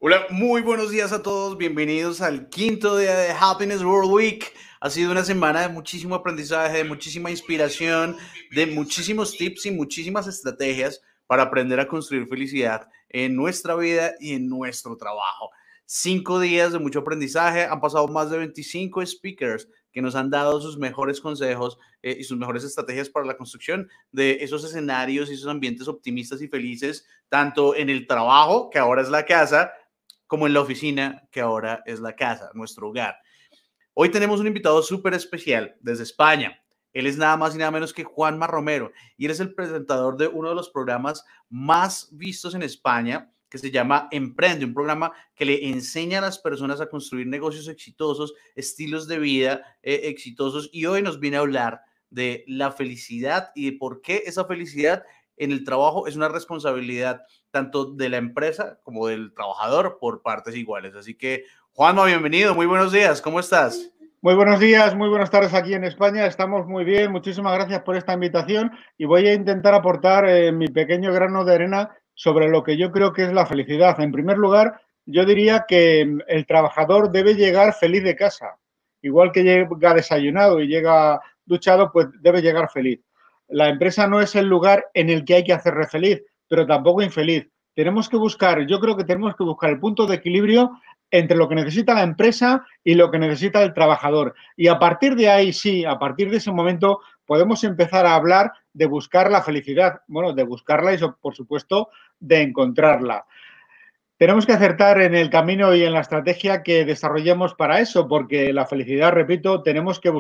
Hola, muy buenos días a todos. Bienvenidos al quinto día de Happiness World Week. Ha sido una semana de muchísimo aprendizaje, de muchísima inspiración, de muchísimos tips y muchísimas estrategias para aprender a construir felicidad en nuestra vida y en nuestro trabajo. 5 días de mucho aprendizaje. Han pasado más de 25 speakers que nos han dado sus mejores consejos y sus mejores estrategias para la construcción de esos escenarios y esos ambientes optimistas y felices, tanto en el trabajo, que ahora es la casa, como en la oficina, que ahora es la casa, nuestro hogar. Hoy tenemos un invitado súper especial desde España. Él es nada más y nada menos que Juanma Romero y él es el presentador de uno de los programas más vistos en España que se llama Emprende, un programa que le enseña a las personas a construir negocios exitosos, estilos de vida exitosos, y hoy nos viene a hablar de la felicidad y de por qué esa felicidad en el trabajo es una responsabilidad tanto de la empresa como del trabajador por partes iguales. Así que, Juanma, bienvenido, muy buenos días, ¿cómo estás? Muy buenos días, muy buenas tardes aquí en España. Estamos muy bien. Muchísimas gracias por esta invitación y voy a intentar aportar mi pequeño grano de arena sobre lo que yo creo que es la felicidad. En primer lugar, yo diría que el trabajador debe llegar feliz de casa. Igual que llega desayunado y llega duchado, pues debe llegar feliz. La empresa no es el lugar en el que hay que hacerle feliz, pero tampoco infeliz. Tenemos que buscar, yo creo que tenemos que buscar el punto de equilibrio entre lo que necesita la empresa y lo que necesita el trabajador. Y a partir de ahí, sí, a partir de ese momento, podemos empezar a hablar de buscar la felicidad. Bueno, de buscarla y, por supuesto, de encontrarla. Tenemos que acertar en el camino y en la estrategia que desarrollemos para eso, porque la felicidad, repito, tenemos que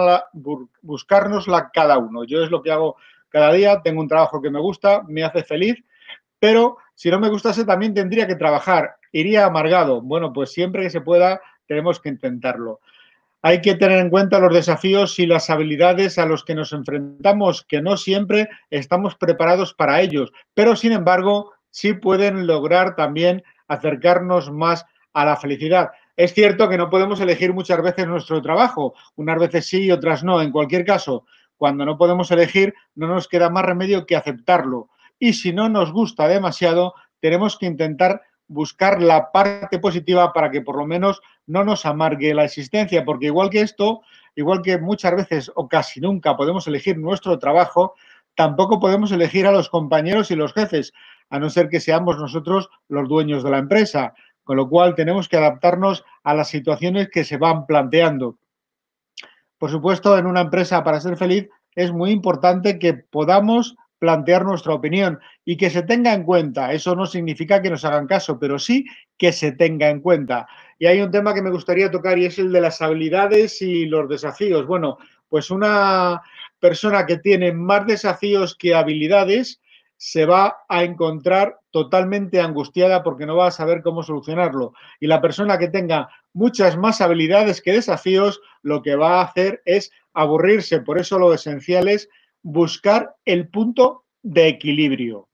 buscárnosla cada uno. Yo es lo que hago cada día, tengo un trabajo que me gusta, me hace feliz, pero si no me gustase también tendría que trabajar, iría amargado. Bueno, pues siempre que se pueda tenemos que intentarlo. Hay que tener en cuenta los desafíos y las habilidades a los que nos enfrentamos, que no siempre estamos preparados para ellos, pero sin embargo sí pueden lograr también acercarnos más a la felicidad. Es cierto que no podemos elegir muchas veces nuestro trabajo, unas veces sí y otras no. En cualquier caso, cuando no podemos elegir, no nos queda más remedio que aceptarlo. Y si no nos gusta demasiado, tenemos que intentar buscar la parte positiva para que por lo menos no nos amargue la existencia, porque igual que esto, igual que muchas veces o casi nunca podemos elegir nuestro trabajo, tampoco podemos elegir a los compañeros y los jefes, a no ser que seamos nosotros los dueños de la empresa, con lo cual tenemos que adaptarnos a las situaciones que se van planteando. Por supuesto, en una empresa, para ser feliz, es muy importante que podamos plantear nuestra opinión y que se tenga en cuenta. Eso no significa que nos hagan caso, pero sí que se tenga en cuenta. Y hay un tema que me gustaría tocar y es el de las habilidades y los desafíos. Bueno, pues una persona que tiene más desafíos que habilidades se va a encontrar totalmente angustiada porque no va a saber cómo solucionarlo. Y la persona que tenga muchas más habilidades que desafíos, lo que va a hacer es aburrirse. Por eso lo esencial es buscar el punto de equilibrio.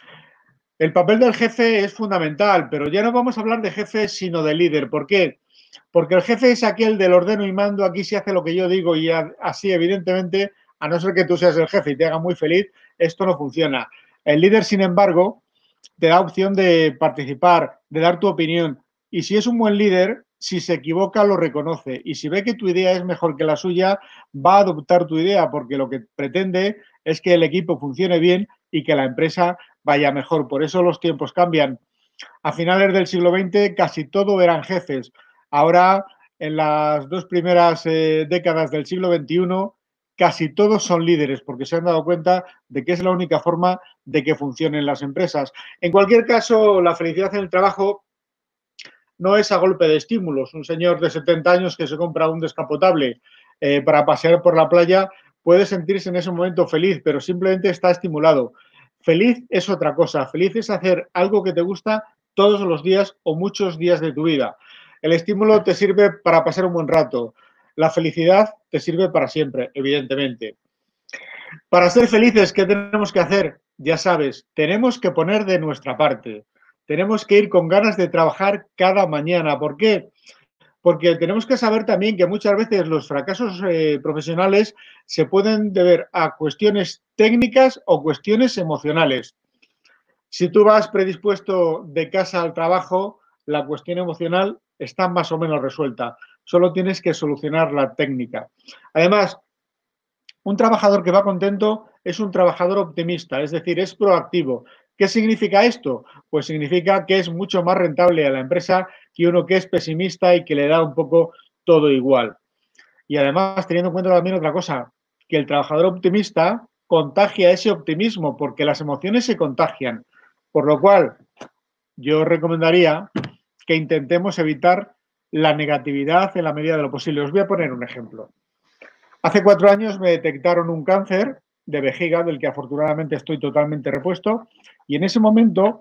El papel del jefe es fundamental, pero ya no vamos a hablar de jefe, sino de líder. ¿Por qué? Porque el jefe es aquel del ordeno y mando, aquí se hace lo que yo digo y así, evidentemente, a no ser que tú seas el jefe y te haga muy feliz, esto no funciona. El líder, sin embargo, te da opción de participar, de dar tu opinión. Y si es un buen líder, si se equivoca, lo reconoce. Y si ve que tu idea es mejor que la suya, va a adoptar tu idea, porque lo que pretende es que el equipo funcione bien y que la empresa vaya mejor. Por eso los tiempos cambian. A finales del siglo XX casi todo eran jefes. Ahora, en las dos primeras décadas del siglo XXI, casi todos son líderes porque se han dado cuenta de que es la única forma de que funcionen las empresas. En cualquier caso, la felicidad en el trabajo no es a golpe de estímulos. Un señor de 70 años que se compra un descapotable para pasear por la playa puede sentirse en ese momento feliz, pero simplemente está estimulado. Feliz es otra cosa. Feliz es hacer algo que te gusta todos los días o muchos días de tu vida. El estímulo te sirve para pasar un buen rato. La felicidad te sirve para siempre, evidentemente. Para ser felices, ¿qué tenemos que hacer? Ya sabes, tenemos que poner de nuestra parte. Tenemos que ir con ganas de trabajar cada mañana. ¿Por qué? Porque tenemos que saber también que muchas veces los fracasos profesionales se pueden deber a cuestiones técnicas o cuestiones emocionales. Si tú vas predispuesto de casa al trabajo, la cuestión emocional está más o menos resuelta. Solo tienes que solucionar la técnica. Además, un trabajador que va contento es un trabajador optimista, es decir, es proactivo. ¿Qué significa esto? Pues significa que es mucho más rentable a la empresa que uno que es pesimista y que le da un poco todo igual. Y además, teniendo en cuenta también otra cosa, que el trabajador optimista contagia ese optimismo porque las emociones se contagian. Por lo cual, yo recomendaría que intentemos evitar la negatividad en la medida de lo posible. Os voy a poner un ejemplo. Hace 4 años me detectaron un cáncer de vejiga, del que afortunadamente estoy totalmente repuesto, y en ese momento,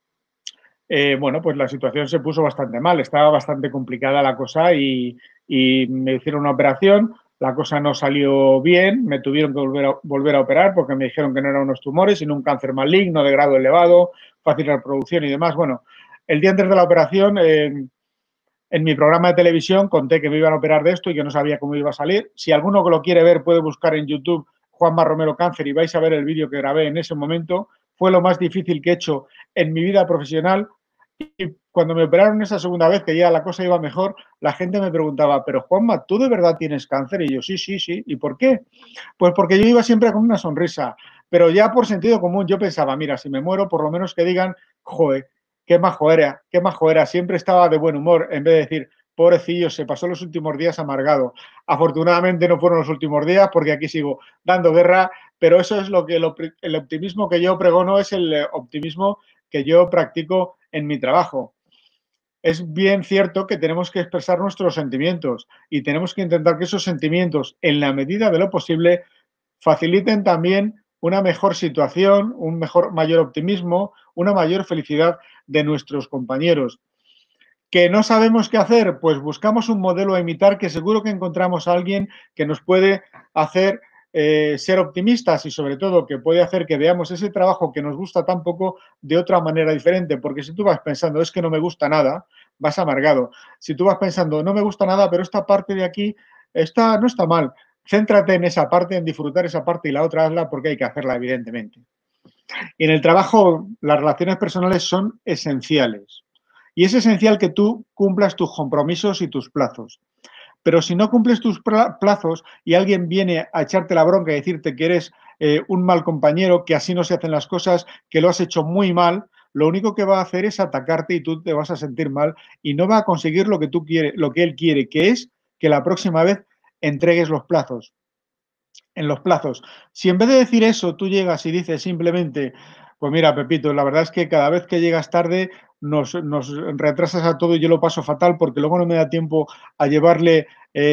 bueno, pues la situación se puso bastante mal, estaba bastante complicada la cosa y me hicieron una operación, la cosa no salió bien, me tuvieron que volver a operar porque me dijeron que no eran unos tumores, sino un cáncer maligno de grado elevado, fácil reproducción y demás. Bueno, el día antes de la operación, en mi programa de televisión conté que me iban a operar de esto y que no sabía cómo iba a salir. Si alguno que lo quiere ver puede buscar en YouTube Juanma Romero Cáncer y vais a ver el vídeo que grabé en ese momento. Fue lo más difícil que he hecho en mi vida profesional. Y cuando me operaron esa segunda vez, que ya la cosa iba mejor, la gente me preguntaba, pero Juanma, ¿tú de verdad tienes cáncer? Y yo, sí, sí, sí. ¿Y por qué? Pues porque yo iba siempre con una sonrisa, pero ya por sentido común yo pensaba, mira, si me muero, por lo menos que digan, joder, qué majo era, siempre estaba de buen humor, en vez de decir, pobrecillo, se pasó los últimos días amargado. Afortunadamente no fueron los últimos días porque aquí sigo dando guerra, pero eso es lo que el optimismo que yo pregono es el optimismo que yo practico en mi trabajo. Es bien cierto que tenemos que expresar nuestros sentimientos y tenemos que intentar que esos sentimientos, en la medida de lo posible, faciliten también una mejor situación, un mayor optimismo, una mayor felicidad de nuestros compañeros. ¿Que no sabemos qué hacer? Pues buscamos un modelo a imitar que seguro que encontramos a alguien que nos puede hacer ser optimistas y sobre todo que puede hacer que veamos ese trabajo que nos gusta tan poco de otra manera diferente. Porque si tú vas pensando, es que no me gusta nada, vas amargado. Si tú vas pensando, no me gusta nada, pero esta parte de aquí no está mal. Céntrate en esa parte, en disfrutar esa parte y la otra hazla porque hay que hacerla, evidentemente. Y en el trabajo, las relaciones personales son esenciales. Y es esencial que tú cumplas tus compromisos y tus plazos. Pero si no cumples tus plazos y alguien viene a echarte la bronca y decirte que eres un mal compañero, que así no se hacen las cosas, que lo has hecho muy mal, lo único que va a hacer es atacarte y tú te vas a sentir mal y no va a conseguir lo que tú quieres, lo que él quiere, que es que la próxima vez entregues los plazos. En los plazos. Si en vez de decir eso tú llegas y dices simplemente, pues mira, Pepito, la verdad es que cada vez que llegas tarde nos retrasas a todo y yo lo paso fatal porque luego no me da tiempo a llevarle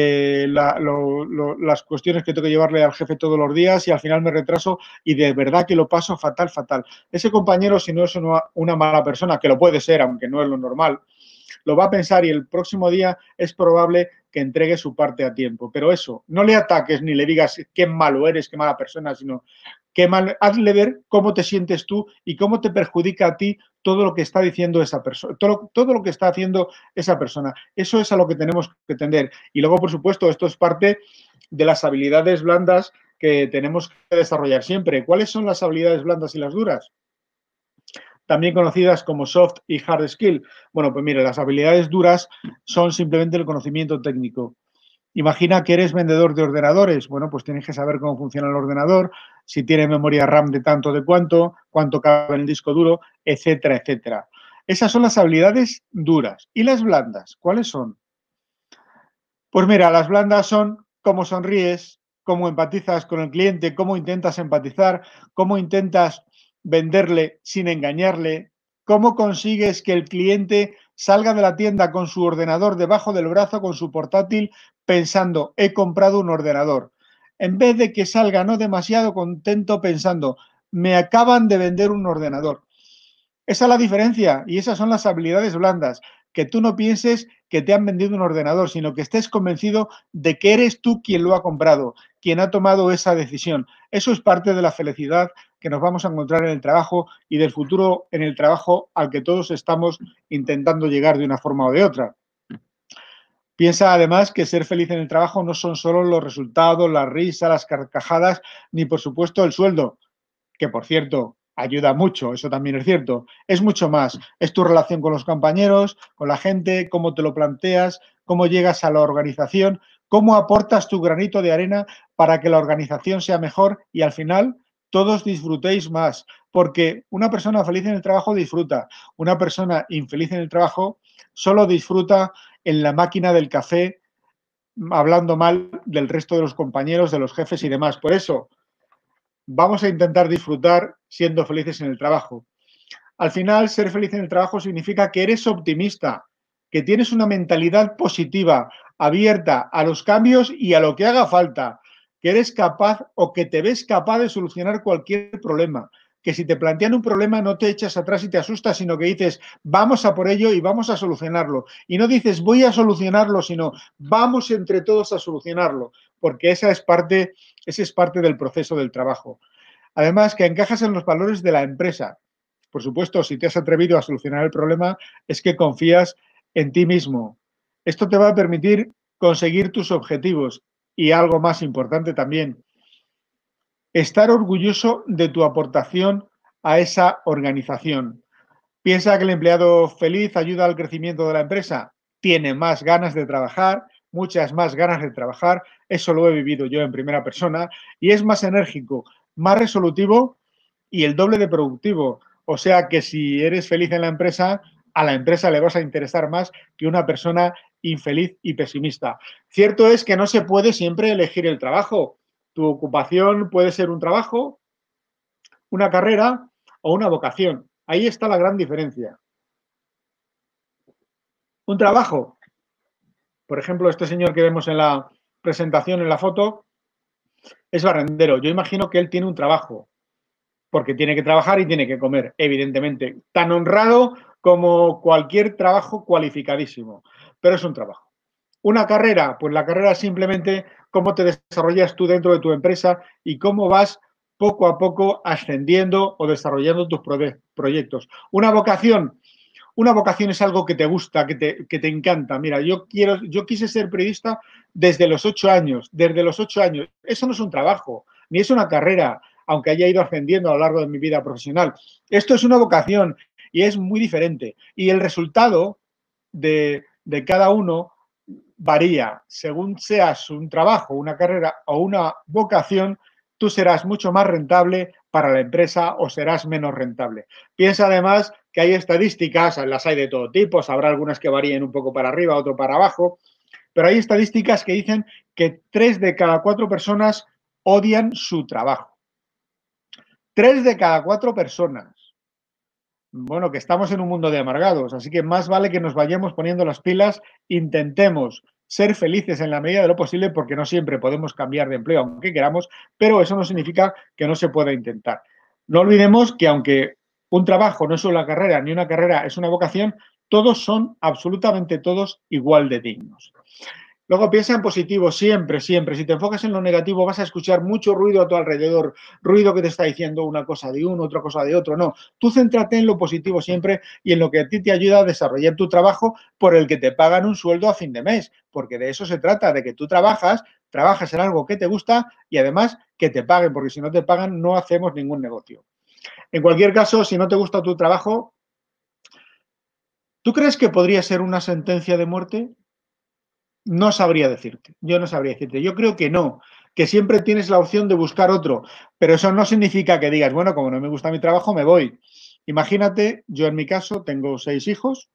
las cuestiones que tengo que llevarle al jefe todos los días y al final me retraso y de verdad que lo paso fatal, fatal. Ese compañero, si no es una mala persona, que lo puede ser, aunque no es lo normal, lo va a pensar y el próximo día es probable que entregue su parte a tiempo. Pero eso, no le ataques ni le digas qué malo eres, qué mala persona, sino hazle ver cómo te sientes tú y cómo te perjudica a ti todo lo que está diciendo esa persona, todo lo que está haciendo esa persona. Eso es a lo que tenemos que tender. Y luego, por supuesto, esto es parte de las habilidades blandas que tenemos que desarrollar siempre. ¿Cuáles son las habilidades blandas y las duras? También conocidas como soft y hard skill. Bueno, pues mire, las habilidades duras son simplemente el conocimiento técnico. Imagina que eres vendedor de ordenadores. Bueno, pues tienes que saber cómo funciona el ordenador, si tiene memoria RAM de tanto de cuánto cabe en el disco duro, etcétera, etcétera. Esas son las habilidades duras. ¿Y las blandas? ¿Cuáles son? Pues mira, las blandas son cómo sonríes, cómo empatizas con el cliente, cómo intentas empatizar, cómo intentas venderle sin engañarle, cómo consigues que el cliente salga de la tienda con su ordenador debajo del brazo, con su portátil, pensando, he comprado un ordenador. En vez de que salga no demasiado contento pensando, me acaban de vender un ordenador. Esa es la diferencia y esas son las habilidades blandas. Que tú no pienses que te han vendido un ordenador, sino que estés convencido de que eres tú quien lo ha comprado, quien ha tomado esa decisión. Eso es parte de la felicidad que nos vamos a encontrar en el trabajo y del futuro en el trabajo al que todos estamos intentando llegar de una forma o de otra. Piensa además que ser feliz en el trabajo no son solo los resultados, la risa, las carcajadas, ni por supuesto el sueldo, que por cierto, ayuda mucho, eso también es cierto. Es mucho más, es tu relación con los compañeros, con la gente, cómo te lo planteas, cómo llegas a la organización, cómo aportas tu granito de arena para que la organización sea mejor y al final todos disfrutéis más, porque una persona feliz en el trabajo disfruta, una persona infeliz en el trabajo solo disfruta en la máquina del café hablando mal del resto de los compañeros, de los jefes y demás. Por eso, vamos a intentar disfrutar siendo felices en el trabajo. Al final, ser feliz en el trabajo significa que eres optimista, que tienes una mentalidad positiva, abierta a los cambios y a lo que haga falta, que eres capaz o que te ves capaz de solucionar cualquier problema, que si te plantean un problema no te echas atrás y te asustas, sino que dices, vamos a por ello y vamos a solucionarlo. Y no dices, voy a solucionarlo, sino vamos entre todos a solucionarlo, porque ese es parte del proceso del trabajo. Además, que encajas en los valores de la empresa. Por supuesto, si te has atrevido a solucionar el problema, es que confías en ti mismo. Esto te va a permitir conseguir tus objetivos y algo más importante también, estar orgulloso de tu aportación a esa organización. Piensa que el empleado feliz ayuda al crecimiento de la empresa, tiene más ganas de trabajar, muchas más ganas de trabajar, eso lo he vivido yo en primera persona, y es más enérgico, más resolutivo y el doble de productivo. O sea que si eres feliz en la empresa, a la empresa le vas a interesar más que una persona infeliz y pesimista. Cierto es que no se puede siempre elegir el trabajo. Tu ocupación puede ser un trabajo, una carrera o una vocación. Ahí está la gran diferencia. Un trabajo, por ejemplo, este señor que vemos en la presentación, en la foto, es barrendero. Yo imagino que él tiene un trabajo, porque tiene que trabajar y tiene que comer, evidentemente. Tan honrado como cualquier trabajo cualificadísimo, pero es un trabajo. Una carrera, pues la carrera es simplemente cómo te desarrollas tú dentro de tu empresa y cómo vas poco a poco ascendiendo o desarrollando tus proyectos. Una vocación es algo que te gusta, que te encanta. Mira, yo quise ser periodista desde los 8 años, desde los 8 años. Eso no es un trabajo, ni es una carrera, aunque haya ido ascendiendo a lo largo de mi vida profesional. Esto es una vocación y es muy diferente. Y el resultado de cada uno varía. Según seas un trabajo, una carrera o una vocación, tú serás mucho más rentable para la empresa o serás menos rentable. Piensa además que hay estadísticas, las hay de todo tipo, habrá algunas que varíen un poco para arriba, otro para abajo, pero hay estadísticas que dicen que 3 de cada 4 personas odian su trabajo. 3 de cada 4 personas. Bueno, que estamos en un mundo de amargados, así que más vale que nos vayamos poniendo las pilas, intentemos ser felices en la medida de lo posible, porque no siempre podemos cambiar de empleo aunque queramos, pero eso no significa que no se pueda intentar. No olvidemos que aunque un trabajo no es una carrera, ni una carrera es una vocación, todos son, absolutamente todos, igual de dignos. Luego piensa en positivo, siempre, siempre. Si te enfocas en lo negativo vas a escuchar mucho ruido a tu alrededor, ruido que te está diciendo una cosa de uno, otra cosa de otro. No, tú céntrate en lo positivo siempre y en lo que a ti te ayuda a desarrollar tu trabajo por el que te pagan un sueldo a fin de mes, porque de eso se trata, de que tú trabajas en algo que te gusta y además que te paguen, porque si no te pagan no hacemos ningún negocio. En cualquier caso, si no te gusta tu trabajo, ¿tú crees que podría ser una sentencia de muerte? No sabría decirte, yo no sabría decirte. Yo creo que no, que siempre tienes la opción de buscar otro, pero eso no significa que digas, bueno, como no me gusta mi trabajo, me voy. Imagínate, yo en mi caso tengo 6 hijos,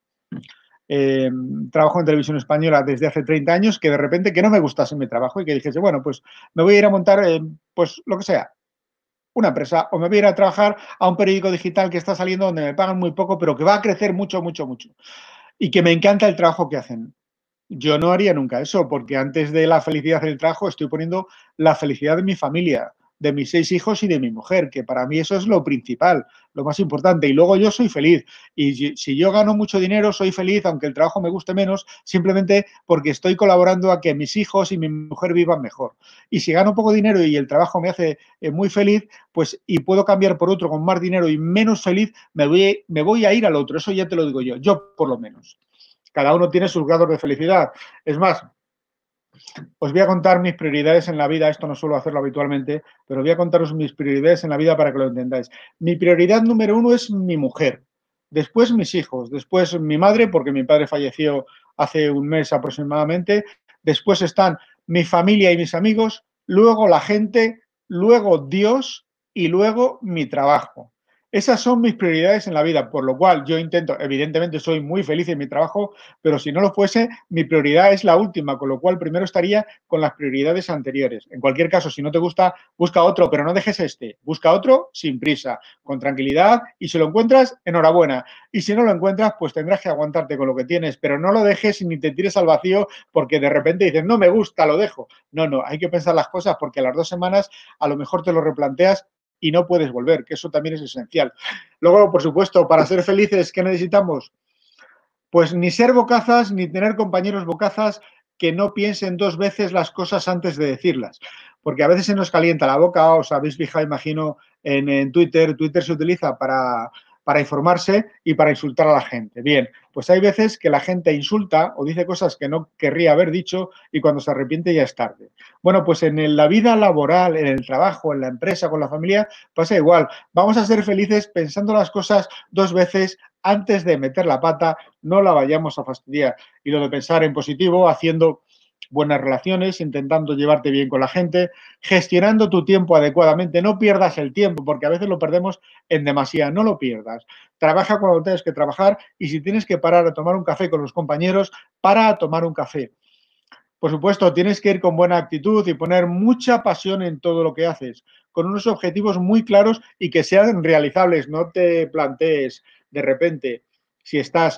trabajo en televisión española desde hace 30 años, que de repente que no me gustase mi trabajo y que dijese, bueno, pues me voy a ir a montar, pues lo que sea, una empresa, o me voy a ir a trabajar a un periódico digital que está saliendo donde me pagan muy poco, pero que va a crecer mucho, mucho, mucho. Y que me encanta el trabajo que hacen. Yo no haría nunca eso, porque antes de la felicidad del trabajo estoy poniendo la felicidad de mi familia, de mis 6 hijos y de mi mujer, que para mí eso es lo principal, lo más importante. Y luego yo soy feliz. Y si yo gano mucho dinero, soy feliz, aunque el trabajo me guste menos, simplemente porque estoy colaborando a que mis hijos y mi mujer vivan mejor. Y si gano poco dinero y el trabajo me hace muy feliz, pues y puedo cambiar por otro con más dinero y menos feliz, me voy a ir al otro. Eso ya te lo digo yo por lo menos. Cada uno tiene sus grados de felicidad. Es más, Os voy a contar mis prioridades en la vida. Esto no suelo hacerlo habitualmente, pero voy a contaros mis prioridades en la vida para que lo entendáis. Mi prioridad número uno es mi mujer. Después mis hijos. Después mi madre, porque mi padre falleció hace un mes aproximadamente. Después están mi familia y mis amigos. Luego la gente. Luego Dios. Y luego mi trabajo. Esas son mis prioridades en la vida, por lo cual yo intento, evidentemente soy muy feliz en mi trabajo, pero si no lo fuese, mi prioridad es la última, con lo cual primero estaría con las prioridades anteriores. En cualquier caso, si no te gusta, busca otro, pero no dejes este. Busca otro sin prisa, con tranquilidad, y si lo encuentras, enhorabuena. Y si no lo encuentras, pues tendrás que aguantarte con lo que tienes, pero no lo dejes ni te tires al vacío porque de repente dices, no me gusta, lo dejo. No, no, hay que pensar las cosas porque a las 2 semanas a lo mejor te lo replanteas y no puedes volver, que eso también es esencial. Luego, por supuesto, para ser felices, ¿qué necesitamos? Pues ni ser bocazas, ni tener compañeros bocazas que no piensen 2 veces las cosas antes de decirlas. Porque a veces se nos calienta la boca, os habéis fijado, imagino, en Twitter. Twitter se utiliza para informarse y para insultar a la gente. Bien, pues hay veces que la gente insulta o dice cosas que no querría haber dicho y cuando se arrepiente ya es tarde. Bueno, pues en la vida laboral, en el trabajo, en la empresa, con la familia, pasa igual. Vamos a ser felices pensando las cosas 2 veces antes de meter la pata, no la vayamos a fastidiar. Y lo de pensar en positivo, haciendo buenas relaciones, intentando llevarte bien con la gente, gestionando tu tiempo adecuadamente. No pierdas el tiempo, porque a veces lo perdemos en demasía. No lo pierdas. Trabaja cuando tienes que trabajar y si tienes que parar a tomar un café con los compañeros, para a tomar un café. Por supuesto, tienes que ir con buena actitud y poner mucha pasión en todo lo que haces, con unos objetivos muy claros y que sean realizables. No te plantees de repente, si estás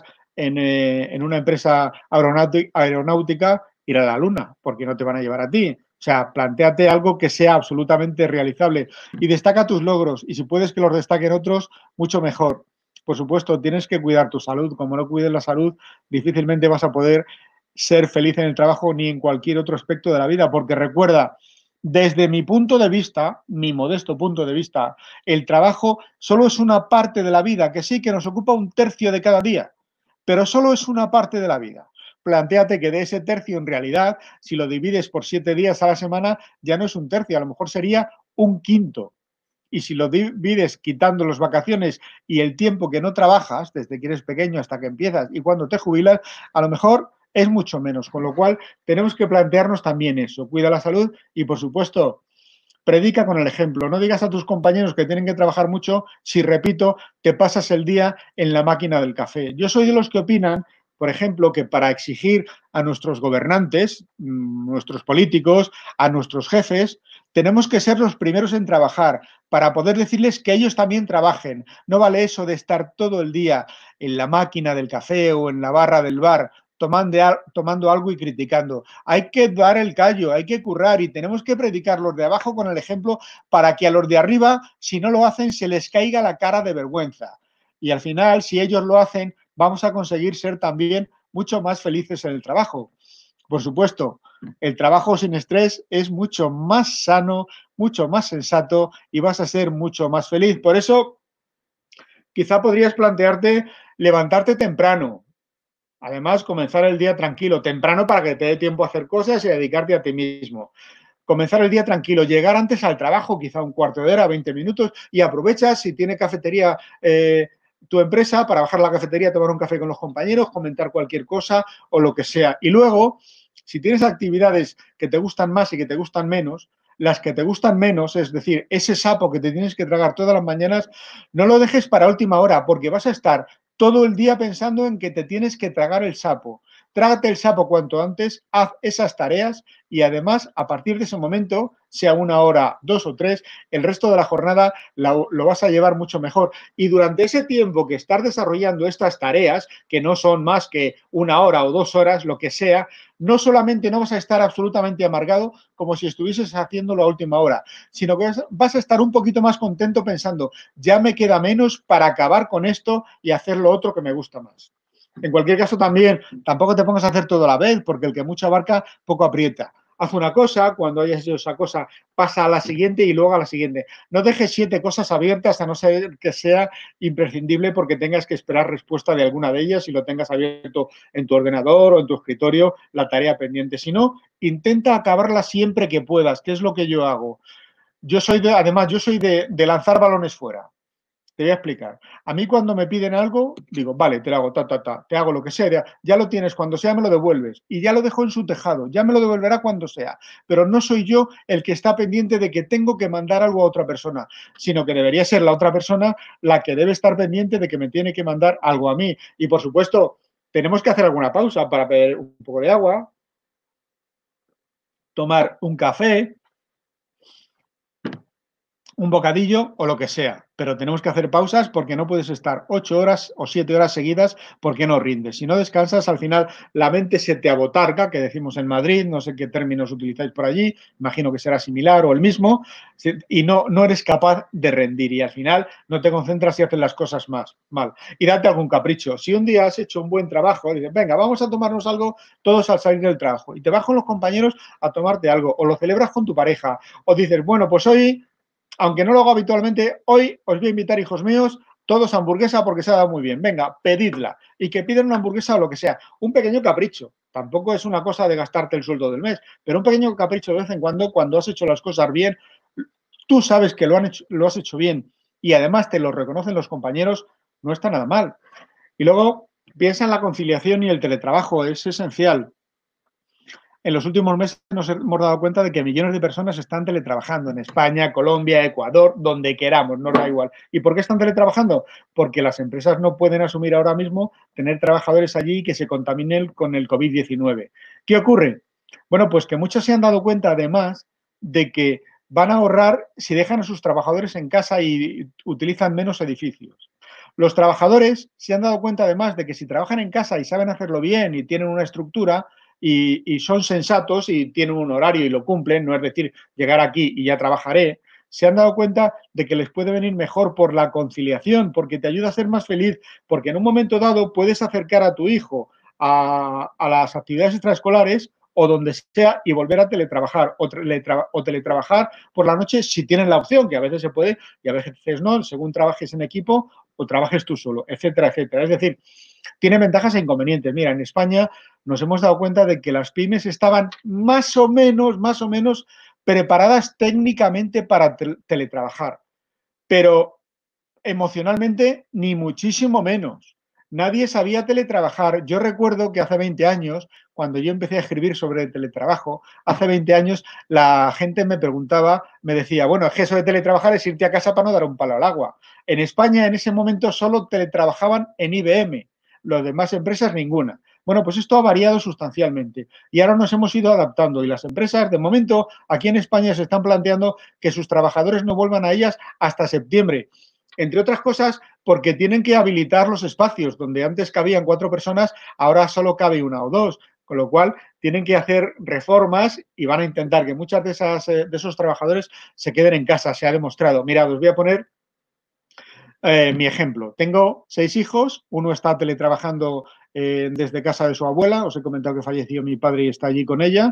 en una empresa aeronáutica, ir a la luna, porque no te van a llevar a ti. O sea, plantéate algo que sea absolutamente realizable y destaca tus logros. Y si puedes que los destaquen otros, mucho mejor. Por supuesto, tienes que cuidar tu salud. Como no cuides la salud, difícilmente vas a poder ser feliz en el trabajo ni en cualquier otro aspecto de la vida, porque recuerda, desde mi punto de vista, mi modesto punto de vista, el trabajo solo es una parte de la vida, que sí que nos ocupa un tercio de cada día, pero solo es una parte de la vida. Plantéate que de ese tercio, en realidad, si lo divides por 7 días a la semana, ya no es un tercio, a lo mejor sería un quinto. Y si lo divides quitando las vacaciones y el tiempo que no trabajas, desde que eres pequeño hasta que empiezas y cuando te jubilas, a lo mejor es mucho menos. Con lo cual, tenemos que plantearnos también eso. Cuida la salud y, por supuesto, predica con el ejemplo. No digas a tus compañeros que tienen que trabajar mucho si, repito, te pasas el día en la máquina del café. Yo soy de los que opinan, por ejemplo, que para exigir a nuestros gobernantes, nuestros políticos, a nuestros jefes, tenemos que ser los primeros en trabajar para poder decirles que ellos también trabajen. No vale eso de estar todo el día en la máquina del café o en la barra del bar tomando algo y criticando. Hay que dar el callo, hay que currar y tenemos que predicar los de abajo con el ejemplo para que a los de arriba, si no lo hacen, se les caiga la cara de vergüenza. Y al final, si ellos lo hacen, vamos a conseguir ser también mucho más felices en el trabajo. Por supuesto, el trabajo sin estrés es mucho más sano, mucho más sensato y vas a ser mucho más feliz. Por eso, quizá podrías plantearte levantarte temprano. Además, comenzar el día tranquilo, temprano para que te dé tiempo a hacer cosas y a dedicarte a ti mismo. Comenzar el día tranquilo, llegar antes al trabajo, quizá un cuarto de hora, 20 minutos, y aprovechas si tiene cafetería tu empresa para bajar a la cafetería, tomar un café con los compañeros, comentar cualquier cosa o lo que sea. Y luego, si tienes actividades que te gustan más y que te gustan menos, las que te gustan menos, es decir, ese sapo que te tienes que tragar todas las mañanas, no lo dejes para última hora porque vas a estar todo el día pensando en que te tienes que tragar el sapo. Trágate el sapo cuanto antes, haz esas tareas y además, a partir de ese momento, sea 1 hora, 2 o 3, el resto de la jornada lo vas a llevar mucho mejor. Y durante ese tiempo que estás desarrollando estas tareas, que no son más que 1 hora o 2 horas, lo que sea, no solamente no vas a estar absolutamente amargado como si estuvieses haciéndolo a última hora, sino que vas a estar un poquito más contento pensando, ya me queda menos para acabar con esto y hacer lo otro que me gusta más. En cualquier caso, también, tampoco te pongas a hacer todo a la vez, porque el que mucho abarca, poco aprieta. haz una cosa, cuando hayas hecho esa cosa, pasa a la siguiente y luego a la siguiente. No dejes 7 cosas abiertas a no ser que sea imprescindible porque tengas que esperar respuesta de alguna de ellas y lo tengas abierto en tu ordenador o en tu escritorio, la tarea pendiente. Si no, intenta acabarla siempre que puedas, que es lo que yo hago. Además, yo soy de lanzar balones fuera. Te voy a explicar. A mí cuando me piden algo, digo, vale, te lo hago, te hago lo que sea, ya lo tienes, cuando sea me lo devuelves. Y ya lo dejo en su tejado, ya me lo devolverá cuando sea. Pero no soy yo el que está pendiente de que tengo que mandar algo a otra persona, sino que debería ser la otra persona la que debe estar pendiente de que me tiene que mandar algo a mí. Y por supuesto, tenemos que hacer alguna pausa para beber un poco de agua, tomar un café, un bocadillo o lo que sea, pero tenemos que hacer pausas porque no puedes estar 8 horas o 7 horas seguidas porque no rindes. Si no descansas, al final la mente se te abotarga, que decimos en Madrid, no sé qué términos utilizáis por allí, imagino que será similar o el mismo, y no eres capaz de rendir y al final no te concentras y haces las cosas más mal. Y date algún capricho. Si un día has hecho un buen trabajo, dices, venga, vamos a tomarnos algo todos al salir del trabajo y te vas con los compañeros a tomarte algo o lo celebras con tu pareja o dices, bueno, pues hoy aunque no lo hago habitualmente, hoy os voy a invitar, hijos míos, todos a hamburguesa porque se ha dado muy bien. Venga, pedidla. Y que pidan una hamburguesa o lo que sea. Un pequeño capricho. Tampoco es una cosa de gastarte el sueldo del mes, pero un pequeño capricho de vez en cuando has hecho las cosas bien, tú sabes que lo has hecho bien y además te lo reconocen los compañeros, no está nada mal. Y luego piensa en la conciliación y el teletrabajo, es esencial. En los últimos meses nos hemos dado cuenta de que millones de personas están teletrabajando en España, Colombia, Ecuador, donde queramos, nos da igual. ¿Y por qué están teletrabajando? Porque las empresas no pueden asumir ahora mismo tener trabajadores allí que se contaminen con el COVID-19. ¿Qué ocurre? Bueno, pues que muchos se han dado cuenta además de que van a ahorrar si dejan a sus trabajadores en casa y utilizan menos edificios. Los trabajadores se han dado cuenta además de que si trabajan en casa y saben hacerlo bien y tienen una estructura, y son sensatos y tienen un horario y lo cumplen, no es decir, llegar aquí y ya trabajaré, se han dado cuenta de que les puede venir mejor por la conciliación, porque te ayuda a ser más feliz, porque en un momento dado puedes acercar a tu hijo a las actividades extraescolares o donde sea y volver a teletrabajar o teletrabajar por la noche si tienes la opción, que a veces se puede y a veces no, según trabajes en equipo o trabajes tú solo, etcétera, etcétera. Es decir, tiene ventajas e inconvenientes. Mira, en España nos hemos dado cuenta de que las pymes estaban más o menos preparadas técnicamente para teletrabajar, pero emocionalmente ni muchísimo menos. Nadie sabía teletrabajar. Yo recuerdo que hace 20 años, cuando yo empecé a escribir sobre el teletrabajo, hace 20 años la gente me preguntaba, me decía, bueno, es que eso de teletrabajar es irte a casa para no dar un palo al agua. En España en ese momento solo teletrabajaban en IBM, las demás empresas ninguna. Bueno, pues esto ha variado sustancialmente y ahora nos hemos ido adaptando y las empresas, de momento, aquí en España se están planteando que sus trabajadores no vuelvan a ellas hasta septiembre. Entre otras cosas, porque tienen que habilitar los espacios donde antes cabían 4 personas, ahora solo cabe 1 o 2, con lo cual tienen que hacer reformas y van a intentar que muchas de esos trabajadores se queden en casa, se ha demostrado. Mirad, os voy a poner mi ejemplo. Tengo 6 hijos, uno está teletrabajando desde casa de su abuela, os he comentado que falleció mi padre y está allí con ella.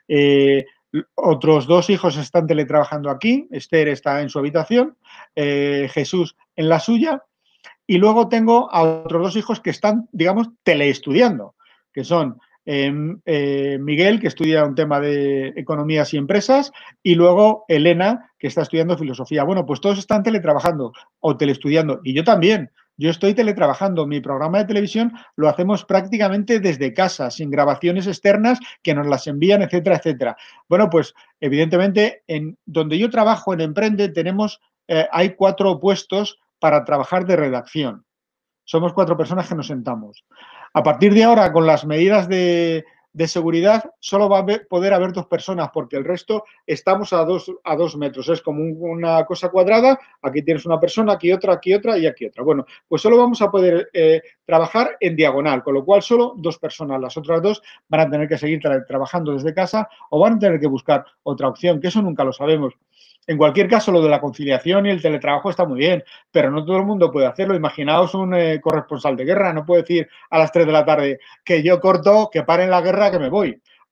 Otros 2 hijos están teletrabajando aquí, Esther está en su habitación, Jesús en la suya, y luego tengo a otros 2 hijos que están, digamos, teleestudiando, que son Miguel, que estudia un tema de economías y empresas, y luego Elena, que está estudiando filosofía. Bueno, pues todos están teletrabajando o teleestudiando, y yo también. Yo estoy teletrabajando. Mi programa de televisión lo hacemos prácticamente desde casa, sin grabaciones externas que nos las envían, etcétera, etcétera. Bueno, pues evidentemente, en donde yo trabajo en Emprende, hay 4 puestos para trabajar de redacción. Somos 4 personas que nos sentamos. A partir de ahora, con las medidas de seguridad, solo va a poder haber 2 personas, porque el resto estamos a 2 metros. Es como una cosa cuadrada, aquí tienes una persona, aquí otra y aquí otra. Bueno, pues solo vamos a poder trabajar en diagonal, con lo cual solo 2 personas. Las otras 2 van a tener que seguir trabajando desde casa o van a tener que buscar otra opción, que eso nunca lo sabemos. En cualquier caso, lo de la conciliación y el teletrabajo está muy bien, pero no todo el mundo puede hacerlo. Imaginaos un corresponsal de guerra, no puede decir a las 3 de la tarde que yo corto, que paren la guerra, que me voy.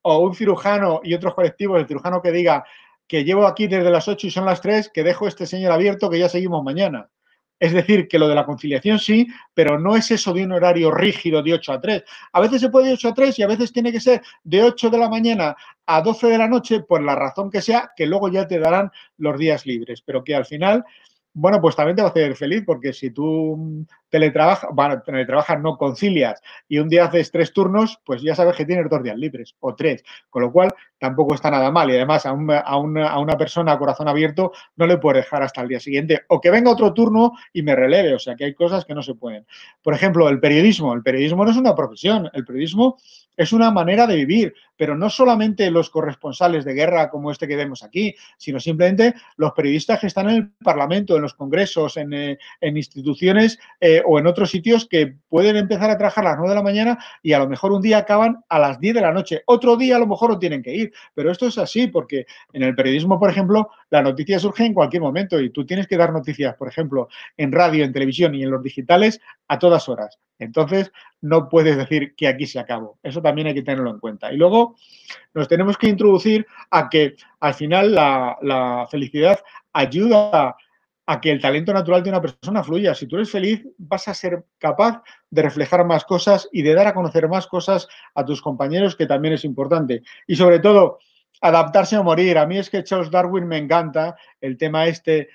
o un cirujano y otros colectivos, el cirujano que diga que llevo aquí desde las 8 y son las 3, que dejo este señor abierto, que ya seguimos mañana. Es decir, que lo de la conciliación sí, pero no es eso de un horario rígido de 8 a 3. A veces se puede de 8 a 3 y a veces tiene que ser de 8 de la mañana a 12 de la noche, por la razón que sea, que luego ya te darán los días libres, pero que al final, bueno, pues también te va a hacer feliz, porque si tú teletrabajas, no concilias, y un día haces 3 turnos, pues ya sabes que tienes 2 días libres, o 3, con lo cual tampoco está nada mal. Y además a una persona a corazón abierto no le puedes dejar hasta el día siguiente, o que venga otro turno y me releve, o sea que hay cosas que no se pueden. Por ejemplo, el periodismo no es una profesión, el periodismo es una manera de vivir, pero no solamente los corresponsales de guerra como este que vemos aquí, sino simplemente los periodistas que están en el Parlamento, en los congresos, en instituciones o en otros sitios, que pueden empezar a trabajar a las 9 de la mañana y a lo mejor un día acaban a las 10 de la noche. Otro día a lo mejor no tienen que ir, pero esto es así porque en el periodismo, por ejemplo, la noticia surge en cualquier momento y tú tienes que dar noticias, por ejemplo, en radio, en televisión y en los digitales a todas horas. Entonces, no puedes decir que aquí se acabó. Eso también hay que tenerlo en cuenta. Y luego nos tenemos que introducir a que al final la felicidad ayuda a que el talento natural de una persona fluya. Si tú eres feliz, vas a ser capaz de reflejar más cosas y de dar a conocer más cosas a tus compañeros, que también es importante. Y sobre todo, adaptarse o morir. A mí es que Charles Darwin me encanta el tema este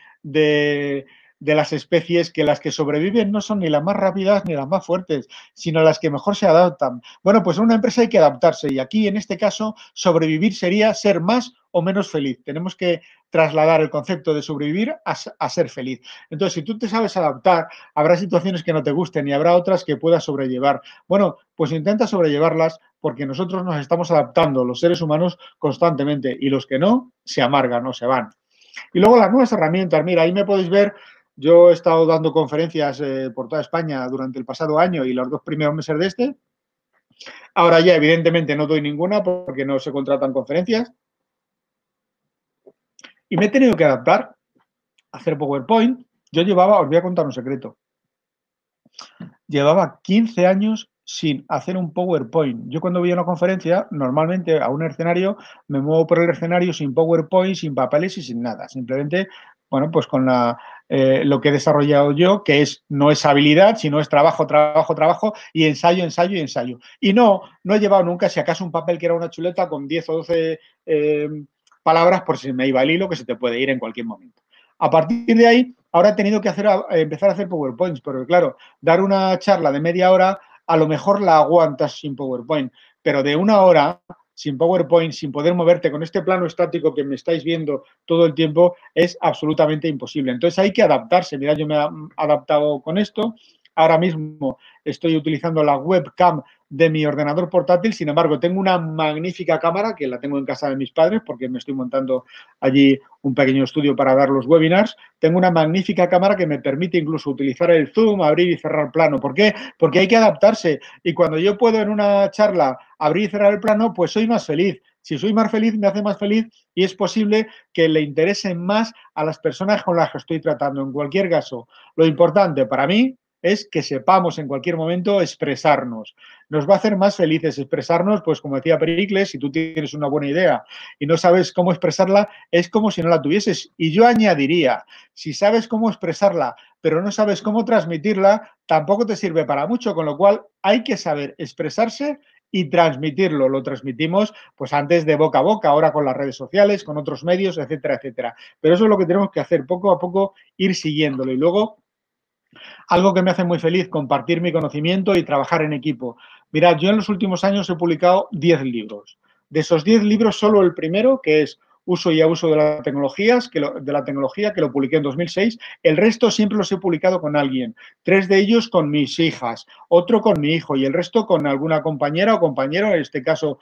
de las especies, que las que sobreviven no son ni las más rápidas ni las más fuertes, sino las que mejor se adaptan. Bueno, pues en una empresa hay que adaptarse, y aquí en este caso sobrevivir sería ser más o menos feliz. Tenemos que trasladar el concepto de sobrevivir a ser feliz. Entonces, si tú te sabes adaptar, habrá situaciones que no te gusten y habrá otras que puedas sobrellevar. Bueno, pues intenta sobrellevarlas, porque nosotros nos estamos adaptando, los seres humanos, constantemente, y los que no, se amargan o se van. Y luego las nuevas herramientas. Mira, ahí me podéis ver. Yo he estado dando conferencias por toda España durante el pasado año y los 2 primeros meses de este. Ahora ya, evidentemente, no doy ninguna porque no se contratan conferencias. Y me he tenido que adaptar a hacer PowerPoint. Yo os voy a contar un secreto. Llevaba 15 años sin hacer un PowerPoint. Yo cuando voy a una conferencia, normalmente a un escenario, me muevo por el escenario sin PowerPoint, sin papeles y sin nada. Simplemente, bueno, pues con lo que he desarrollado yo, que no es habilidad, sino es trabajo, trabajo, trabajo y ensayo, ensayo y ensayo. Y no he llevado nunca, si acaso, un papel que era una chuleta con 10 o 12 palabras, por si me iba el hilo, que se te puede ir en cualquier momento. A partir de ahí, ahora he tenido que empezar a hacer PowerPoints, porque claro, dar una charla de media hora, a lo mejor la aguantas sin PowerPoint, pero de 1 hora sin PowerPoint, sin poder moverte con este plano estático que me estáis viendo todo el tiempo, es absolutamente imposible. Entonces hay que adaptarse. Mira, yo me he adaptado con esto. Ahora mismo estoy utilizando la webcam de mi ordenador portátil. Sin embargo, tengo una magnífica cámara que la tengo en casa de mis padres, porque me estoy montando allí un pequeño estudio para dar los webinars. Tengo una magnífica cámara que me permite incluso utilizar el zoom, abrir y cerrar plano. ¿Por qué? Porque hay que adaptarse. Y cuando yo puedo en una charla abrir y cerrar el plano, pues soy más feliz. Si soy más feliz, me hace más feliz, y es posible que le interesen más a las personas con las que estoy tratando. En cualquier caso, lo importante para mí es que sepamos en cualquier momento expresarnos. Nos va a hacer más felices expresarnos, pues como decía Pericles, si tú tienes una buena idea y no sabes cómo expresarla, es como si no la tuvieses. Y yo añadiría, si sabes cómo expresarla, pero no sabes cómo transmitirla, tampoco te sirve para mucho, con lo cual hay que saber expresarse y transmitirlo. Lo transmitimos pues antes de boca a boca, ahora con las redes sociales, con otros medios, etcétera, etcétera. Pero eso es lo que tenemos que hacer, poco a poco ir siguiéndolo. Y luego, algo que me hace muy feliz, compartir mi conocimiento y trabajar en equipo. Mirad, yo en los últimos años he publicado 10 libros. De esos 10 libros, solo el primero, que es Uso y abuso de las tecnologías, que lo publiqué en 2006. El resto siempre los he publicado con alguien. 3 de ellos con mis hijas, otro con mi hijo y el resto con alguna compañera o compañero. En este caso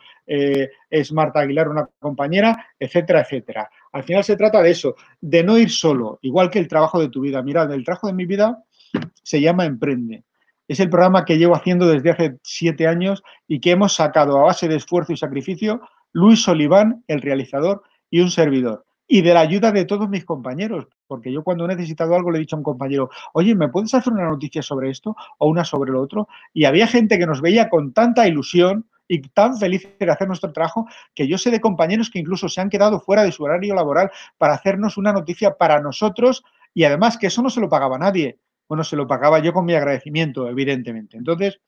es Marta Aguilar, una compañera, etcétera, etcétera. Al final se trata de eso, de no ir solo, igual que el trabajo de tu vida. Mirad, el trabajo de mi vida se llama Emprende. Es el programa que llevo haciendo desde hace 7 años y que hemos sacado a base de esfuerzo y sacrificio Luis Oliván, el realizador, y un servidor. Y de la ayuda de todos mis compañeros, porque yo cuando he necesitado algo le he dicho a un compañero, oye, ¿me puedes hacer una noticia sobre esto o una sobre lo otro? Y había gente que nos veía con tanta ilusión y tan felices de hacer nuestro trabajo que yo sé de compañeros que incluso se han quedado fuera de su horario laboral para hacernos una noticia para nosotros y además que eso no se lo pagaba nadie. Bueno, se lo pagaba yo con mi agradecimiento, evidentemente. Entonces,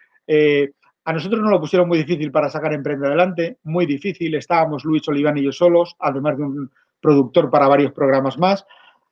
a nosotros nos lo pusieron muy difícil para sacar Emprende adelante, muy difícil. Estábamos Luis Oliván y yo solos, además de un productor para varios programas más.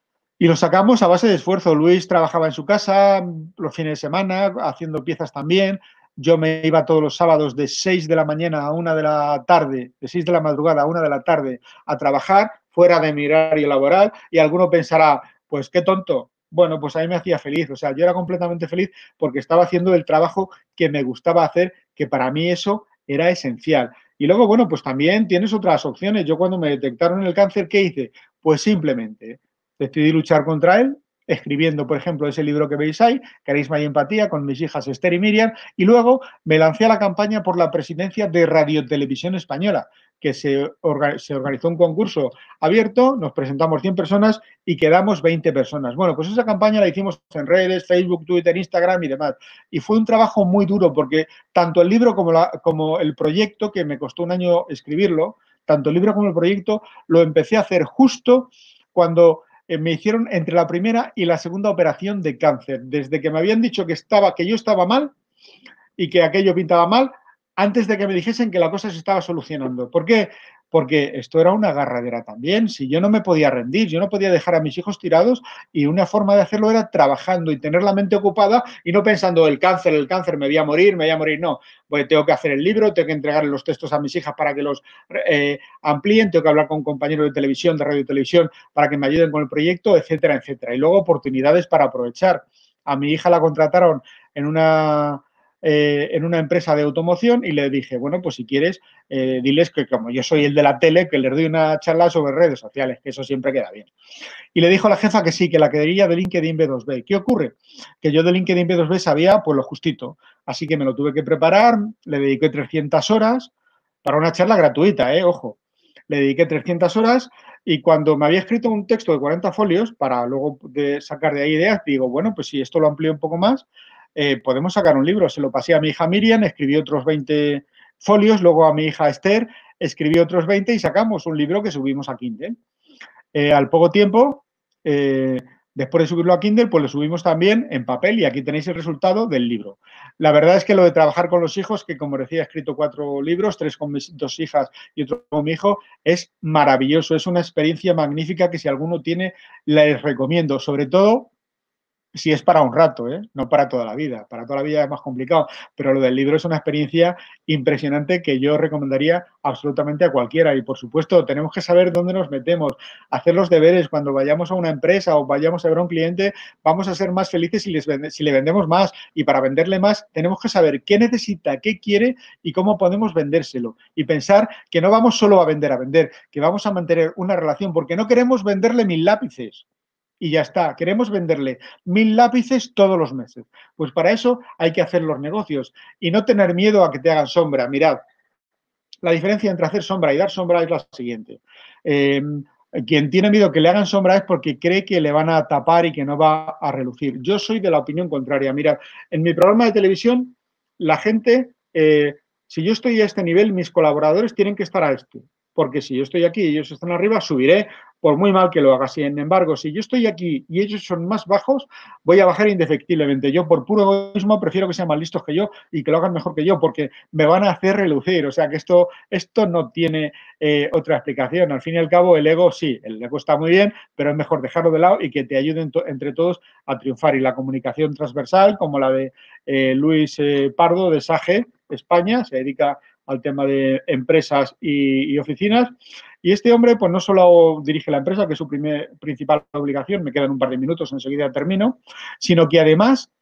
Y lo sacamos a base de esfuerzo. Luis trabajaba en su casa los fines de semana, haciendo piezas también. Yo me iba todos los sábados de 6 de la mañana a 1 de la tarde, de 6 de la madrugada a 1 de la tarde a trabajar fuera de mi horario laboral y alguno pensará, pues qué tonto. Bueno, pues a mí me hacía feliz. O sea, yo era completamente feliz porque estaba haciendo el trabajo que me gustaba hacer, que para mí eso era esencial. Y luego, bueno, pues también tienes otras opciones. Yo cuando me detectaron el cáncer, ¿qué hice? Pues simplemente decidí luchar contra él, escribiendo, por ejemplo, ese libro que veis ahí, Carisma y Empatía, con mis hijas Esther y Miriam, y luego me lancé a la campaña por la presidencia de Radio Televisión Española, que se organizó un concurso abierto, nos presentamos 100 personas y quedamos 20 personas. Bueno, pues esa campaña la hicimos en redes, Facebook, Twitter, Instagram y demás. Y fue un trabajo muy duro porque tanto el libro como el proyecto, que me costó un año escribirlo, tanto el libro como el proyecto, lo empecé a hacer justo cuando me hicieron entre la primera y la segunda operación de cáncer. Desde que me habían dicho que yo estaba mal y que aquello pintaba mal, antes de que me dijesen que la cosa se estaba solucionando. ¿Por qué? Porque esto era una agarradera también. Si yo no me podía rendir, yo no podía dejar a mis hijos tirados y una forma de hacerlo era trabajando y tener la mente ocupada y no pensando el cáncer, me voy a morir, no. Pues tengo que hacer el libro, tengo que entregar los textos a mis hijas para que los amplíen, tengo que hablar con compañeros de televisión, de radio y televisión para que me ayuden con el proyecto, etcétera, etcétera. Y luego oportunidades para aprovechar. A mi hija la contrataron en una empresa de automoción y le dije, bueno, pues si quieres, diles que como yo soy el de la tele, que les doy una charla sobre redes sociales, que eso siempre queda bien. Y le dijo a la jefa que sí, que la quería de LinkedIn B2B. ¿Qué ocurre? Que yo de LinkedIn B2B sabía pues lo justito. Así que me lo tuve que preparar, le dediqué 300 horas para una charla gratuita, ojo. Le dediqué 300 horas y cuando me había escrito un texto de 40 folios para luego sacar de ahí ideas, digo, bueno, pues si esto lo amplío un poco más, podemos sacar un libro. Se lo pasé a mi hija Miriam, escribí otros 20 folios, luego a mi hija Esther, escribí otros 20 y sacamos un libro que subimos a Kindle. Al poco tiempo, después de subirlo a Kindle, pues lo subimos también en papel y aquí tenéis el resultado del libro. La verdad es que lo de trabajar con los hijos, que como decía, he escrito 4 libros, 3 con mis 2 hijas y otro con mi hijo, es maravilloso, es una experiencia magnífica que si alguno tiene, les recomiendo, sobre todo si es para un rato, no para toda la vida. Para toda la vida es más complicado, pero lo del libro es una experiencia impresionante que yo recomendaría absolutamente a cualquiera. Y, por supuesto, tenemos que saber dónde nos metemos, hacer los deberes. Cuando vayamos a una empresa o vayamos a ver a un cliente, vamos a ser más felices si le vendemos más. Y para venderle más, tenemos que saber qué necesita, qué quiere y cómo podemos vendérselo. Y pensar que no vamos solo a vender, que vamos a mantener una relación, porque no queremos venderle 1000 lápices. Y ya está, queremos venderle 1000 lápices todos los meses. Pues para eso hay que hacer los negocios y no tener miedo a que te hagan sombra. Mirad, la diferencia entre hacer sombra y dar sombra es la siguiente. Quien tiene miedo que le hagan sombra es porque cree que le van a tapar y que no va a relucir. Yo soy de la opinión contraria. Mirad, en mi programa de televisión, la gente, si yo estoy a este nivel, mis colaboradores tienen que estar a este. Porque si yo estoy aquí y ellos están arriba, subiré por muy mal que lo haga. Sin embargo, si yo estoy aquí y ellos son más bajos, voy a bajar indefectiblemente. Yo, por puro egoísmo, prefiero que sean más listos que yo y que lo hagan mejor que yo, porque me van a hacer relucir. O sea, que esto no tiene otra explicación. Al fin y al cabo, el ego sí, el ego está muy bien, pero es mejor dejarlo de lado y que te ayuden entre todos a triunfar. Y la comunicación transversal, como la de Luis Pardo, de SAGE, España, se dedica al tema de empresas y oficinas. Y este hombre, pues no solo dirige la empresa, que es su principal obligación, me quedan un par de minutos, enseguida termino, sino que además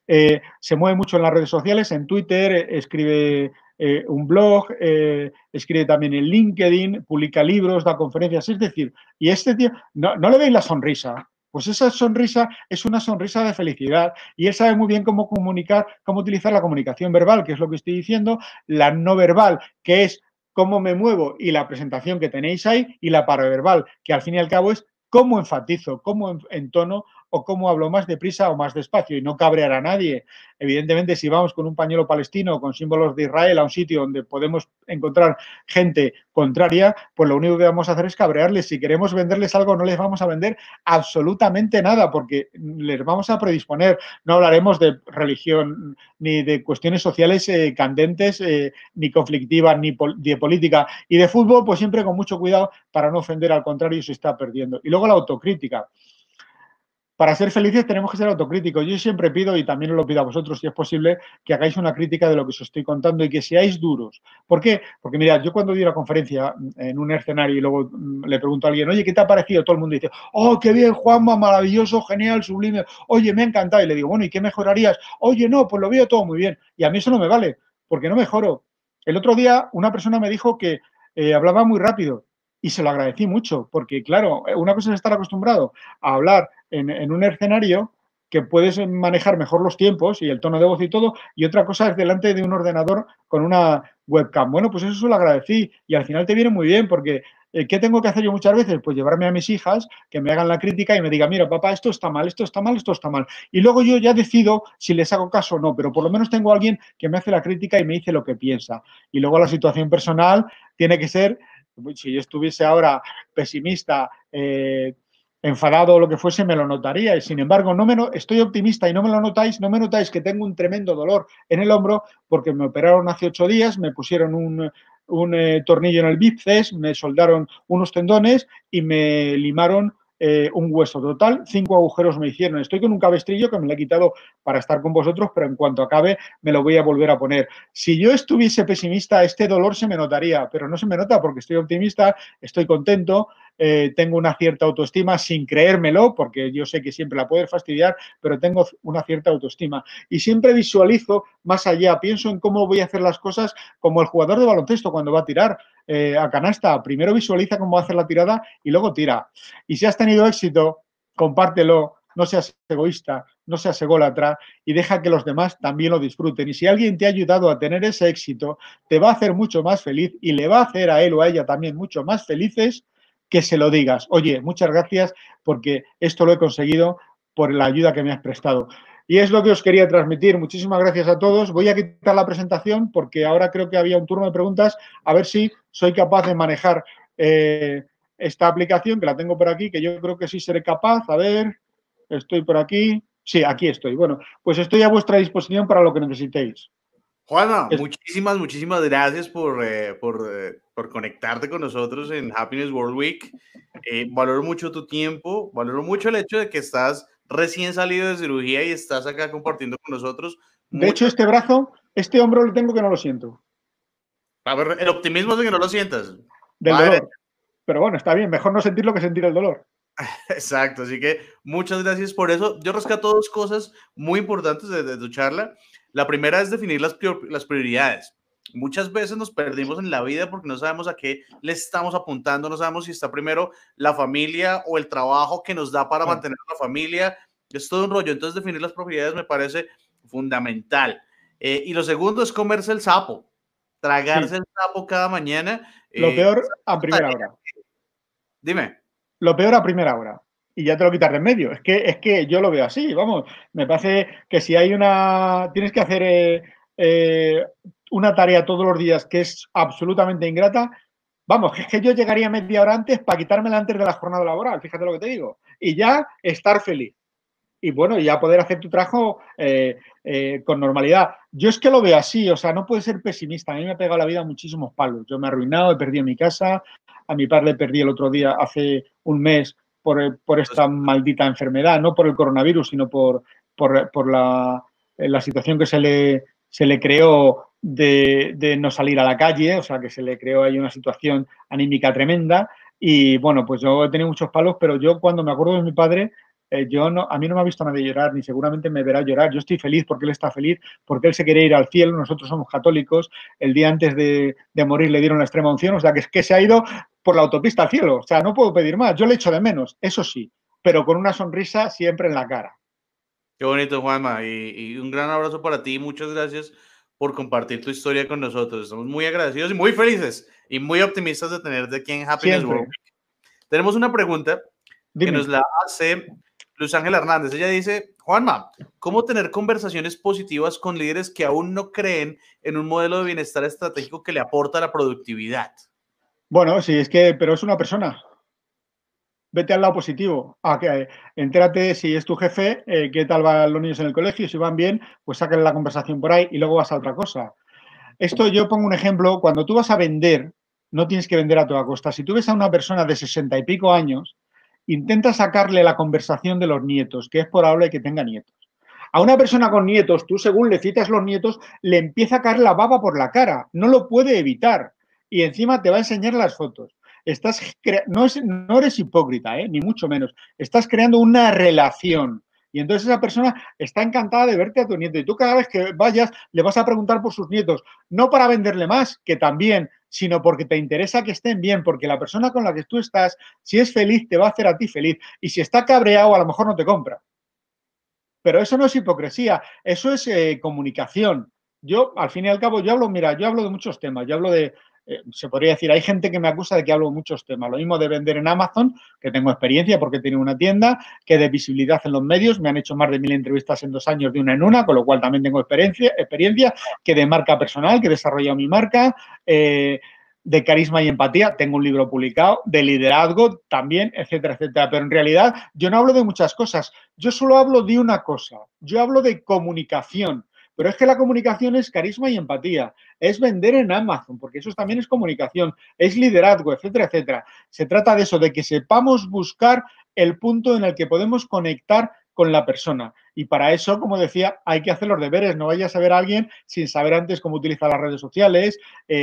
se mueve mucho en las redes sociales, en Twitter, escribe un blog, escribe también en LinkedIn, publica libros, da conferencias, es decir, y este tío, no le veis la sonrisa. Pues esa sonrisa es una sonrisa de felicidad y él sabe muy bien cómo comunicar, cómo utilizar la comunicación verbal, que es lo que estoy diciendo, la no verbal, que es cómo me muevo y la presentación que tenéis ahí, y la paraverbal, que al fin y al cabo es cómo enfatizo, cómo entono o cómo hablo más deprisa o más despacio y no cabrear a nadie. Evidentemente, si vamos con un pañuelo palestino con símbolos de Israel a un sitio donde podemos encontrar gente contraria, pues lo único que vamos a hacer es cabrearles. Si queremos venderles algo, no les vamos a vender absolutamente nada porque les vamos a predisponer. No hablaremos de religión ni de cuestiones sociales candentes, ni conflictivas, ni de política. Y de fútbol, pues siempre con mucho cuidado para no ofender, al contrario, se está perdiendo. Y luego la autocrítica. Para ser felices tenemos que ser autocríticos. Yo siempre pido, y también os lo pido a vosotros, si es posible, que hagáis una crítica de lo que os estoy contando y que seáis duros. ¿Por qué? Porque mirad, yo cuando di una conferencia en un escenario y luego le pregunto a alguien, oye, ¿qué te ha parecido? Todo el mundo dice, oh, qué bien, Juanma, maravilloso, genial, sublime. Oye, me ha encantado. Y le digo, bueno, ¿y qué mejorarías? Oye, no, pues lo veo todo muy bien. Y a mí eso no me vale, porque no mejoro. El otro día una persona me dijo que hablaba muy rápido y se lo agradecí mucho, porque claro, una cosa es estar acostumbrado a hablar en un escenario que puedes manejar mejor los tiempos y el tono de voz y todo, y otra cosa es delante de un ordenador con una webcam. Bueno, pues eso se lo agradecí y al final te viene muy bien porque ¿qué tengo que hacer yo muchas veces? Pues llevarme a mis hijas, que me hagan la crítica y me digan, mira, papá, esto está mal, esto está mal, esto está mal. Y luego yo ya decido si les hago caso o no, pero por lo menos tengo a alguien que me hace la crítica y me dice lo que piensa. Y luego la situación personal tiene que ser, si yo estuviese ahora pesimista, enfadado o lo que fuese, me lo notaría. Y sin embargo, estoy optimista y no me lo notáis, no me notáis que tengo un tremendo dolor en el hombro porque me operaron hace 8 días, me pusieron un tornillo en el bíceps, me soldaron unos tendones y me limaron un hueso. Total, 5 agujeros me hicieron. Estoy con un cabestrillo que me lo he quitado para estar con vosotros, pero en cuanto acabe me lo voy a volver a poner. Si yo estuviese pesimista, este dolor se me notaría, pero no se me nota porque estoy optimista, estoy contento, tengo una cierta autoestima sin creérmelo, porque yo sé que siempre la puedo fastidiar, pero tengo una cierta autoestima. Y siempre visualizo más allá, pienso en cómo voy a hacer las cosas como el jugador de baloncesto cuando va a tirar a canasta. Primero visualiza cómo va a hacer la tirada y luego tira. Y si has tenido éxito, compártelo, no seas egoísta, no seas ególatra y deja que los demás también lo disfruten. Y si alguien te ha ayudado a tener ese éxito, te va a hacer mucho más feliz y le va a hacer a él o a ella también mucho más felices que se lo digas. Oye, muchas gracias porque esto lo he conseguido por la ayuda que me has prestado. Y es lo que os quería transmitir. Muchísimas gracias a todos. Voy a quitar la presentación porque ahora creo que había un turno de preguntas. A ver si soy capaz de manejar esta aplicación, que la tengo por aquí, que yo creo que sí seré capaz. A ver, estoy por aquí. Sí, aquí estoy. Bueno, pues estoy a vuestra disposición para lo que necesitéis. Juana, muchísimas gracias por conectarte con nosotros en Happiness World Week. Valoro mucho tu tiempo, valoro mucho el hecho de que estás recién salido de cirugía y estás acá compartiendo con nosotros. De hecho, este brazo, este hombro lo tengo que no lo siento. A ver, el optimismo es de que no lo sientas. Del dolor. Pero bueno, está bien, mejor no sentirlo que sentir el dolor. Exacto, así que muchas gracias por eso. Yo rescato 2 cosas muy importantes de tu charla. La primera es definir las prioridades. Muchas veces nos perdimos en la vida porque no sabemos a qué le estamos apuntando, no sabemos si está primero la familia o el trabajo que nos da para mantener la familia. Es todo un rollo. Entonces, definir las prioridades me parece fundamental. Y lo segundo es comerse el sapo, tragarse el sapo cada mañana. Lo peor a primera hora. Dime. Lo peor a primera hora. Y ya te lo quitas de en medio. Es que yo lo veo así, vamos. Me parece que si hay tienes que hacer una tarea todos los días que es absolutamente ingrata, vamos, es que yo llegaría media hora antes para quitármela antes de la jornada laboral, fíjate lo que te digo. Y ya estar feliz. Y bueno, ya poder hacer tu trabajo con normalidad. Yo es que lo veo así, o sea, no puedes ser pesimista. A mí me ha pegado la vida muchísimos palos. Yo me he arruinado, he perdido mi casa, a mi padre le perdí el otro día, hace un mes, por esta maldita enfermedad, no por el coronavirus, sino por la situación que se le creó de no salir a la calle, o sea, que se le creó ahí una situación anímica tremenda. Y bueno, pues yo he tenido muchos palos, pero yo cuando me acuerdo de mi padre, a mí no me ha visto nadie llorar, ni seguramente me verá llorar. Yo estoy feliz porque él está feliz, porque él se quiere ir al cielo. Nosotros somos católicos. El día antes de morir le dieron la extrema unción, o sea, que es que se ha ido por la autopista al cielo. O sea, no puedo pedir más. Yo le echo de menos, eso sí, pero con una sonrisa siempre en la cara. Qué bonito, Juanma. Y un gran abrazo para ti. Muchas gracias por compartir tu historia con nosotros. Estamos muy agradecidos y muy felices y muy optimistas de tenerte aquí en Happiness Siempre. World. Tenemos una pregunta que nos la hace Luz Ángela Hernández. Ella dice, Juanma, ¿cómo tener conversaciones positivas con líderes que aún no creen en un modelo de bienestar estratégico que le aporta la productividad? Bueno, sí, es que, pero es una persona. Vete al lado positivo. Entérate si es tu jefe, qué tal van los niños en el colegio, si van bien, pues sácale la conversación por ahí y luego vas a otra cosa. Esto yo pongo un ejemplo, cuando tú vas a vender, no tienes que vender a toda costa. Si tú ves a una persona de 60 y pico años, intenta sacarle la conversación de los nietos, que es probable que tenga nietos. A una persona con nietos, tú según le citas los nietos, le empieza a caer la baba por la cara, no lo puede evitar. Y encima te va a enseñar las fotos. No eres hipócrita, ni mucho menos. Estás creando una relación. Y entonces esa persona está encantada de verte a tu nieto. Y tú cada vez que vayas le vas a preguntar por sus nietos, no para venderle más, que también, sino porque te interesa que estén bien, porque la persona con la que tú estás, si es feliz, te va a hacer a ti feliz. Y si está cabreado, a lo mejor no te compra. Pero eso no es hipocresía, eso es comunicación. Yo, al fin y al cabo, yo hablo de muchos temas. Yo hablo se podría decir, hay gente que me acusa de que hablo de muchos temas. Lo mismo de vender en Amazon, que tengo experiencia porque he tenido una tienda, que de visibilidad en los medios. Me han hecho más de 1000 entrevistas en 2 años de una en una, con lo cual también tengo experiencia, que de marca personal, que he desarrollado mi marca. De carisma y empatía, tengo un libro publicado, de liderazgo también, etcétera, etcétera. Pero en realidad yo no hablo de muchas cosas, yo solo hablo de una cosa, yo hablo de comunicación. Pero es que la comunicación es carisma y empatía, es vender en Amazon, porque eso también es comunicación, es liderazgo, etcétera, etcétera. Se trata de eso, de que sepamos buscar el punto en el que podemos conectar con la persona. Y para eso, como decía, hay que hacer los deberes. No vayas a ver a alguien sin saber antes cómo utilizar las redes sociales,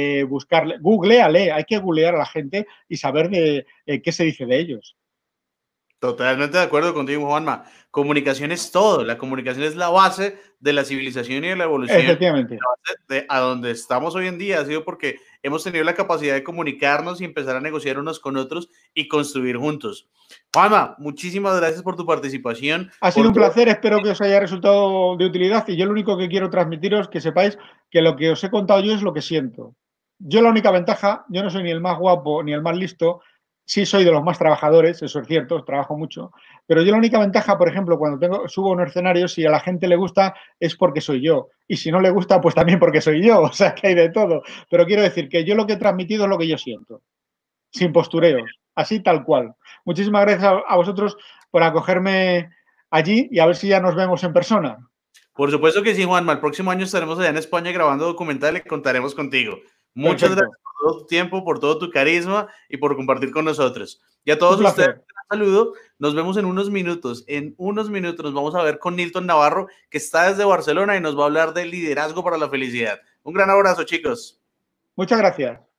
googleale, hay que googlear a la gente y saber qué se dice de ellos. Totalmente de acuerdo contigo, Juanma. Comunicación es todo. La comunicación es la base de la civilización y de la evolución. Efectivamente. La base de a donde estamos hoy en día ha sido porque hemos tenido la capacidad de comunicarnos y empezar a negociar unos con otros y construir juntos. Juanma, muchísimas gracias por tu participación. Ha sido un placer, espero que os haya resultado de utilidad y yo lo único que quiero transmitiros es que sepáis que lo que os he contado yo es lo que siento. Yo la única ventaja, yo no soy ni el más guapo ni el más listo, sí soy de los más trabajadores, eso es cierto, trabajo mucho, pero yo la única ventaja, por ejemplo, cuando subo a un escenario, si a la gente le gusta es porque soy yo, y si no le gusta, pues también porque soy yo, o sea que hay de todo, pero quiero decir que yo lo que he transmitido es lo que yo siento, sin postureos, así tal cual. Muchísimas gracias a vosotros por acogerme allí y a ver si ya nos vemos en persona. Por supuesto que sí, Juanma. El próximo año estaremos allá en España grabando documentales y contaremos contigo. Muchas Perfecto. gracias por todo tu tiempo, por todo tu carisma y por compartir con nosotros. Y a Un todos ustedes, placer. un saludo. Nos vemos en unos minutos. En unos minutos nos vamos a ver con Nilton Navarro, que está desde Barcelona y nos va a hablar de liderazgo para la felicidad. Un gran abrazo, chicos. Muchas gracias.